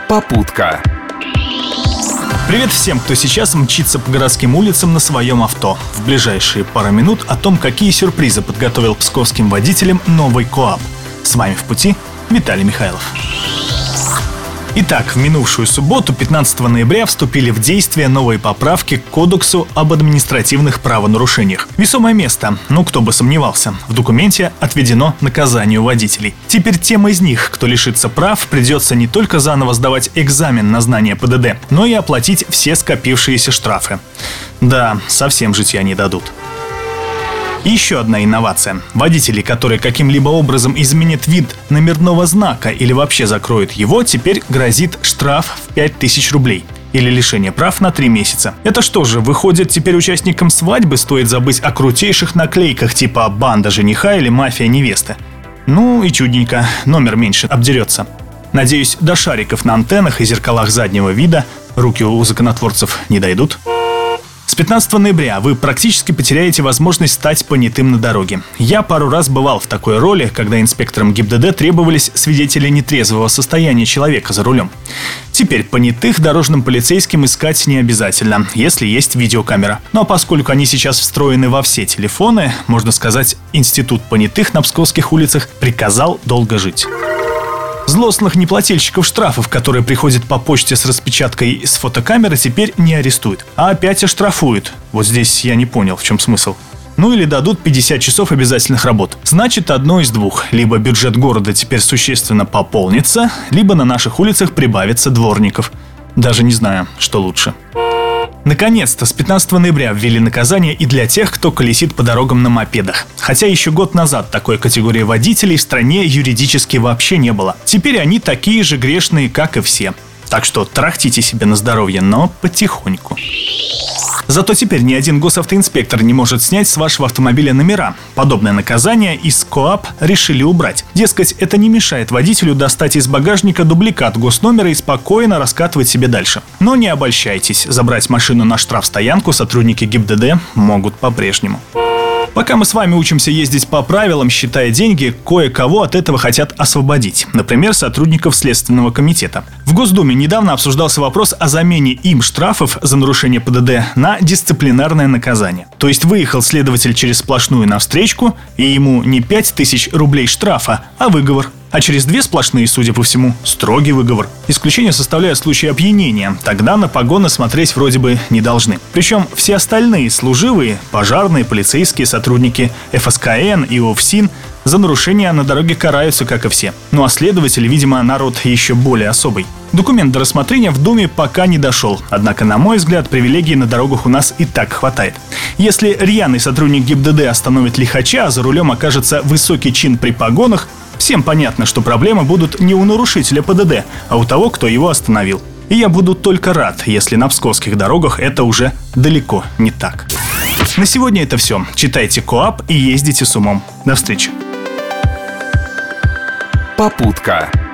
Попутка. Привет всем, кто сейчас мчится по городским улицам на своем авто. В ближайшие пару минут о том, какие сюрпризы подготовил псковским водителям новый КоАП. С вами в пути Виталий Михайлов. Итак, в минувшую субботу, 15 ноября, вступили в действие новые поправки к Кодексу об административных правонарушениях. Весомое место, кто бы сомневался, в документе отведено наказанию водителей. Теперь тем из них, кто лишится прав, придется не только заново сдавать экзамен на знание ПДД, но и оплатить все скопившиеся штрафы. Да, совсем житья не дадут. И еще одна инновация. Водители, которые каким-либо образом изменят вид номерного знака или вообще закроют его, теперь грозит штраф в 5000 рублей. Или лишение прав на 3 месяца. Это что же, выходит, теперь участникам свадьбы стоит забыть о крутейших наклейках типа «Банда жениха» или «Мафия невесты». Ну и чудненько, номер меньше обдерется. Надеюсь, до шариков на антеннах и зеркалах заднего вида руки у законотворцев не дойдут. С 15 ноября вы практически потеряете возможность стать понятым на дороге. Я пару раз бывал в такой роли, когда инспекторам ГИБДД требовались свидетели нетрезвого состояния человека за рулем. Теперь понятых дорожным полицейским искать не обязательно, если есть видеокамера. Ну а поскольку они сейчас встроены во все телефоны, можно сказать, институт понятых на псковских улицах приказал долго жить. Злостных неплательщиков штрафов, которые приходят по почте с распечаткой с фотокамеры, теперь не арестуют, а опять оштрафуют. Вот здесь я не понял, в чем смысл. Или дадут 50 часов обязательных работ. Значит, одно из двух. Либо бюджет города теперь существенно пополнится, либо на наших улицах прибавится дворников. Даже не знаю, что лучше. Наконец-то с 15 ноября ввели наказание и для тех, кто колесит по дорогам на мопедах. Хотя еще год назад такой категории водителей в стране юридически вообще не было. Теперь они такие же грешные, как и все. Так что тарахтите себе на здоровье, но потихоньку. Зато теперь ни один госавтоинспектор не может снять с вашего автомобиля номера. Подобное наказание из КоАП решили убрать. Дескать, это не мешает водителю достать из багажника дубликат госномера и спокойно раскатывать себе дальше. Но не обольщайтесь, забрать машину на штрафстоянку сотрудники ГИБДД могут по-прежнему. Пока мы с вами учимся ездить по правилам, считая деньги, кое-кого от этого хотят освободить. Например, сотрудников Следственного комитета. В Госдуме недавно обсуждался вопрос о замене им штрафов за нарушение ПДД на дисциплинарное наказание. То есть выехал следователь через сплошную навстречку, и ему не 5000 рублей штрафа, а выговор. А через 2 сплошные, судя по всему, строгий выговор. Исключение составляют случаи опьянения. Тогда на погоны смотреть вроде бы не должны. Причем все остальные служивые, пожарные, полицейские, сотрудники ФСКН и ОФСИН за нарушения на дороге караются, как и все. Ну а следователи, видимо, народ еще более особый. Документ до рассмотрения в Думе пока не дошел. Однако, на мой взгляд, привилегий на дорогах у нас и так хватает. Если рьяный сотрудник ГИБДД остановит лихача, а за рулем окажется высокий чин при погонах, всем понятно, что проблемы будут не у нарушителя ПДД, а у того, кто его остановил. И я буду только рад, если на псковских дорогах это уже далеко не так. На сегодня это все. Читайте КоАП и ездите с умом. До встречи. Попутка.